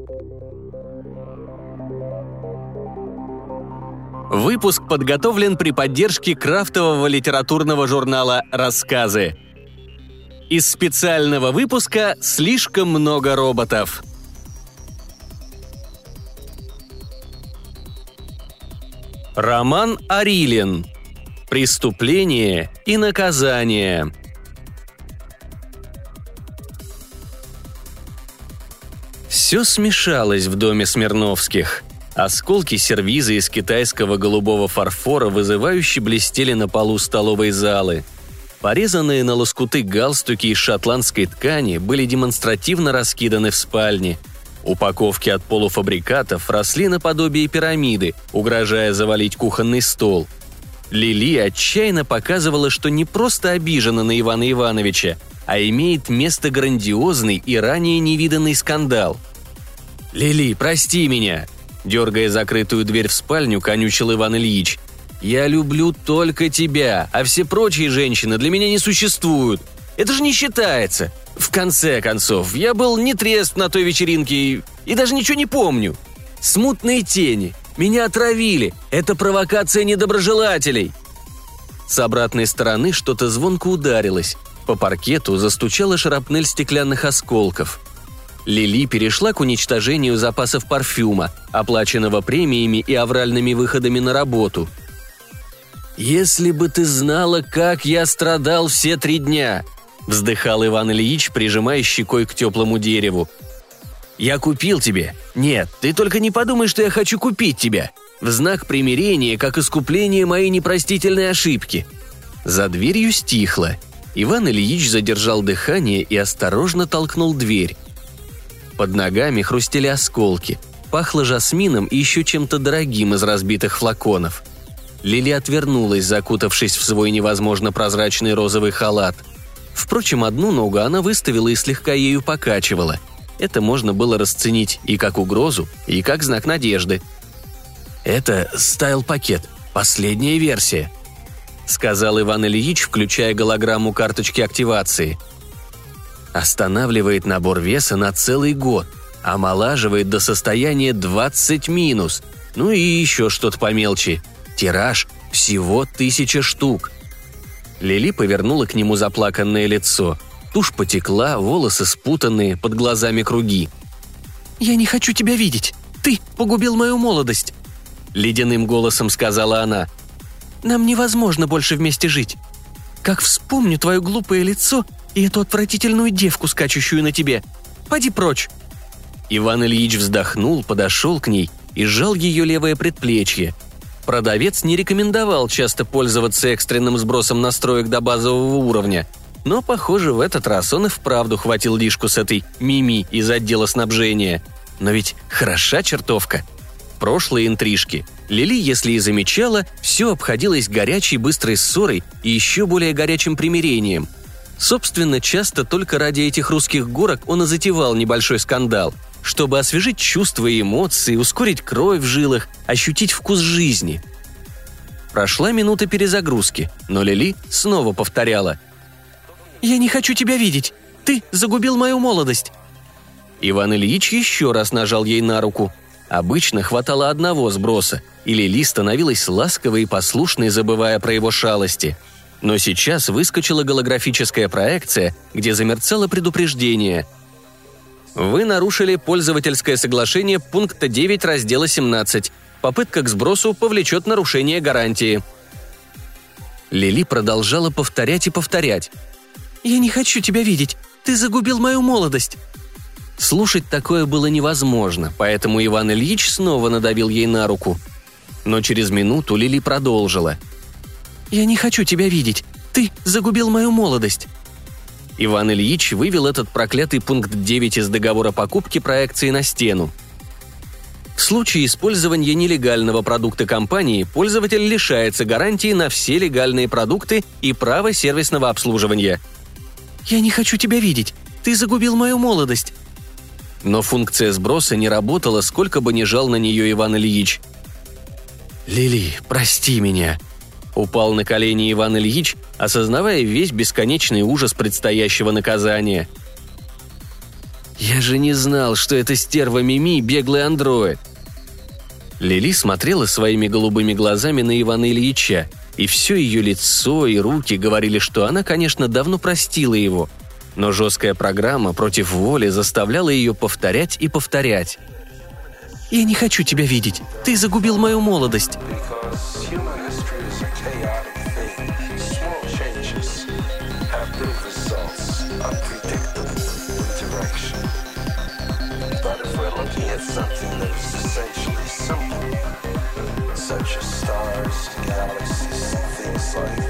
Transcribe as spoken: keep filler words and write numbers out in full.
Выпуск подготовлен при поддержке крафтового литературного журнала «Рассказы». Из специального выпуска «Слишком много роботов». Роман Арилин. Преступление и наказание. Все смешалось в доме Смирновских. Осколки сервиза из китайского голубого фарфора вызывающе блестели на полу столовой залы. Порезанные на лоскуты галстуки из шотландской ткани были демонстративно раскиданы в спальне. Упаковки от полуфабрикатов росли наподобие пирамиды, угрожая завалить кухонный стол. Лили отчаянно показывала, что не просто обижена на Ивана Ивановича, а имеет место грандиозный и ранее невиданный скандал. «Лили, прости меня!» Дергая закрытую дверь в спальню, конючил Иван Ильич. «Я люблю только тебя, а все прочие женщины для меня не существуют. Это же не считается. В конце концов, я был не трезв на той вечеринке и, и даже ничего не помню. Смутные тени. Меня отравили. Это провокация недоброжелателей». С обратной стороны что-то звонко ударилось. По паркету застучала шрапнель стеклянных осколков. Лили перешла к уничтожению запасов парфюма, оплаченного премиями и авральными выходами на работу. «Если бы ты знала, как я страдал все три дня!» – вздыхал Иван Ильич, прижимая щекой к теплому дереву. «Я купил тебе. Нет, ты только не подумай, что я хочу купить тебя. В знак примирения, как искупление моей непростительной ошибки». За дверью стихло. Иван Ильич задержал дыхание и осторожно толкнул дверь. Под ногами хрустели осколки. Пахло жасмином и еще чем-то дорогим из разбитых флаконов. Лили отвернулась, закутавшись в свой невозможно прозрачный розовый халат. Впрочем, одну ногу она выставила и слегка ею покачивала. Это можно было расценить и как угрозу, и как знак надежды. «Это стайл-пакет, последняя версия», — сказал Иван Ильич, включая голограмму карточки активации. «Останавливает набор веса на целый год, омолаживает до состояния двадцать минус, ну и еще что-то по мелочи. Тираж всего тысяча штук». Лили повернула к нему заплаканное лицо. Тушь потекла, волосы спутанные, под глазами круги. «Я не хочу тебя видеть. Ты погубил мою молодость», — ледяным голосом сказала она. «Нам невозможно больше вместе жить. Как вспомню твое глупое лицо и эту отвратительную девку, скачущую на тебе. Поди прочь!» Иван Ильич вздохнул, подошел к ней и сжал ее левое предплечье. Продавец не рекомендовал часто пользоваться экстренным сбросом настроек до базового уровня, но, похоже, в этот раз он и вправду хватил лишку с этой Мими из отдела снабжения. Но ведь хороша чертовка. Прошлые интрижки Лили, если и замечала, все обходилось горячей быстрой ссорой и еще более горячим примирением. Собственно, часто только ради этих русских горок он и затевал небольшой скандал, чтобы освежить чувства и эмоции, ускорить кровь в жилах, ощутить вкус жизни. Прошла минута перезагрузки, но Лили снова повторяла: «Я не хочу тебя видеть. Ты загубил мою молодость». Иван Ильич еще раз нажал ей на руку. Обычно хватало одного сброса, и Лили становилась ласковой и послушной, забывая про его шалости. Но сейчас выскочила голографическая проекция, где замерцало предупреждение. «Вы нарушили пользовательское соглашение пункта девять раздела семнадцать. Попытка к сбросу повлечет нарушение гарантии». Лили продолжала повторять и повторять. «Я не хочу тебя видеть. Ты загубил мою молодость». Слушать такое было невозможно, поэтому Иван Ильич снова надавил ей на руку. Но через минуту Лили продолжила. «Я не хочу тебя видеть. Ты загубил мою молодость». Иван Ильич вывел этот проклятый пункт девять из договора покупки проекции на стену. В случае использования нелегального продукта компании пользователь лишается гарантии на все легальные продукты и права сервисного обслуживания. «Я не хочу тебя видеть. Ты загубил мою молодость». Но функция сброса не работала, сколько бы ни жал на нее Иван Ильич. «Лили, прости меня», — упал на колени Иван Ильич, осознавая весь бесконечный ужас предстоящего наказания. Я же не знал, что эта стерва Мими – беглый андроид». Лили смотрела своими голубыми глазами на Ивана Ильича, и все ее лицо и руки говорили, что она, конечно, давно простила его, но жесткая программа против воли заставляла ее повторять и повторять. «Я не хочу тебя видеть. Ты загубил мою молодость». Such as stars, galaxies, things like